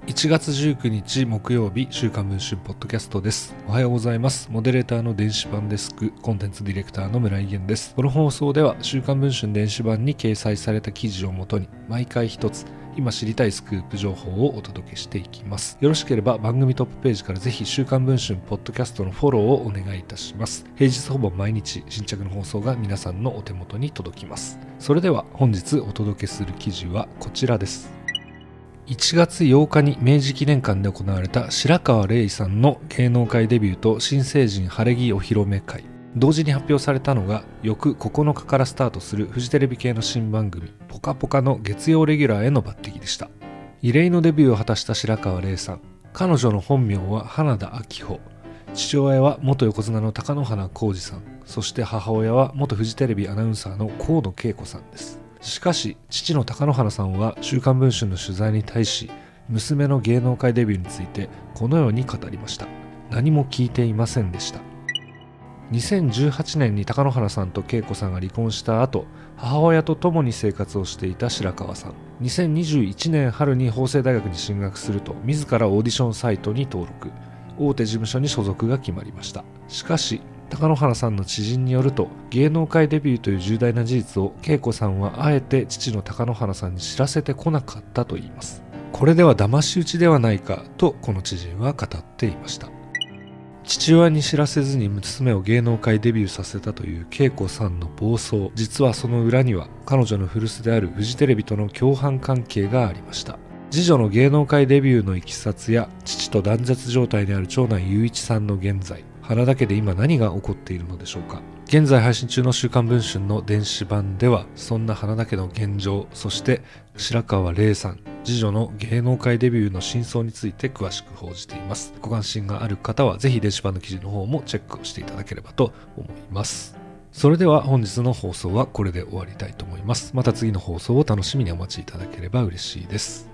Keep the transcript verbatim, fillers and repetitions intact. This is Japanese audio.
いちがつじゅうくにち木曜日、週刊文春ポッドキャストです。おはようございます。モデレーターの電子版デスク、コンテンツディレクターの村井源です。この放送では週刊文春電子版に掲載された記事をもとに毎回一つ今知りたいスクープ情報をお届けしていきます。よろしければ番組トップページからぜひ週刊文春ポッドキャストのフォローをお願いいたします。平日ほぼ毎日新着の放送が皆さんのお手元に届きます。それでは本日お届けする記事はこちらです。いちがつようかに明治記念館で行われた白河れいさんの芸能界デビューと新成人晴れ着お披露目会。同時に発表されたのが翌ここのかからスタートするフジテレビ系の新番組ポカポカの月曜レギュラーへの抜擢でした。異例のデビューを果たした白河れいさん。彼女の本名は花田明穂。父親は元横綱の貴乃花光司さん。そして母親は元フジテレビアナウンサーの河野恵子さんです。しかし父の貴乃花さんは週刊文春の取材に対し、娘の芸能界デビューについてこのように語りました。何も聞いていませんでした。にせんじゅうはちねんに貴乃花さんと恵子さんが離婚した後、母親と共に生活をしていた白河さん。にせんにじゅういちねん春に法政大学に進学すると自らオーディションサイトに登録、大手事務所に所属が決まりました。しかし貴乃花さんの知人によると、芸能界デビューという重大な事実を恵子さんはあえて父の貴乃花さんに知らせてこなかったといいます。これでは騙し討ちではないかとこの知人は語っていました。父親に知らせずに娘を芸能界デビューさせたという恵子さんの暴走。実はその裏には彼女の古巣であるフジテレビとの共犯関係がありました。次女の芸能界デビューのいきさつや父と断絶状態にある長男雄一さんの現在、花田家で今何が起こっているのでしょうか。現在配信中の週刊文春の電子版ではそんな花田家の現状、そして白河れいさん次女の芸能界デビューの真相について詳しく報じています。ご関心がある方はぜひ電子版の記事の方もチェックをしていただければと思います。それでは本日の放送はこれで終わりたいと思います。また次の放送を楽しみにお待ちいただければ嬉しいです。